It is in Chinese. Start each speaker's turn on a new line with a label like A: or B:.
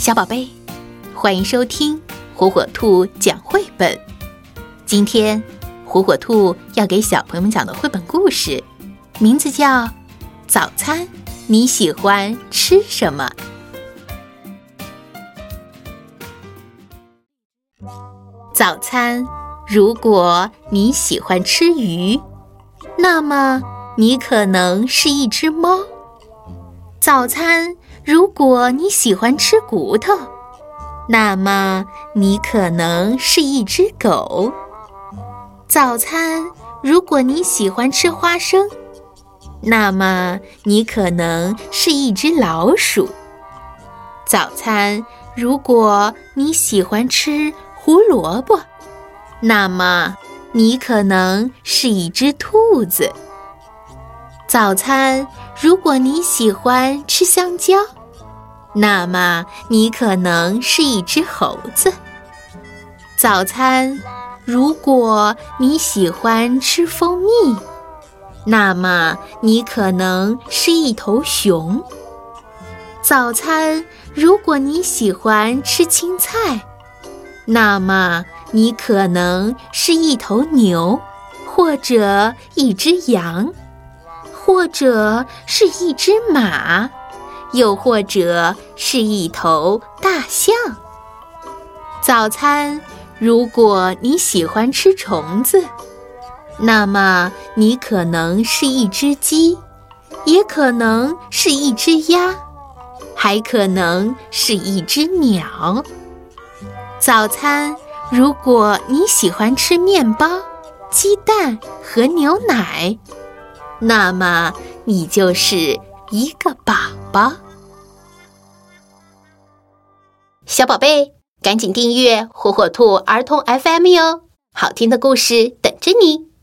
A: 小宝贝，欢迎收听火火兔讲绘本。今天火火兔要给小朋友们讲的绘本故事名字叫《早餐你喜欢吃什么》。早餐，如果你喜欢吃鱼，那么你可能是一只猫。早餐，如果你喜欢吃骨头，那么你可能是一只狗。早餐，如果你喜欢吃花生，那么你可能是一只老鼠。早餐，如果你喜欢吃胡萝卜，那么你可能是一只兔子。早餐，如果你喜欢吃香蕉，那么你可能是一只猴子。早餐，如果你喜欢吃蜂蜜，那么你可能是一头熊。早餐，如果你喜欢吃青菜，那么你可能是一头牛，或者一只羊，或者是一只马，又或者是一头大象。早餐，如果你喜欢吃虫子，那么你可能是一只鸡，也可能是一只鸭，还可能是一只鸟。早餐，如果你喜欢吃面包、鸡蛋和牛奶，那么你就是一个宝宝。小宝贝，赶紧订阅火火兔儿童 FM 哟，好听的故事等着你。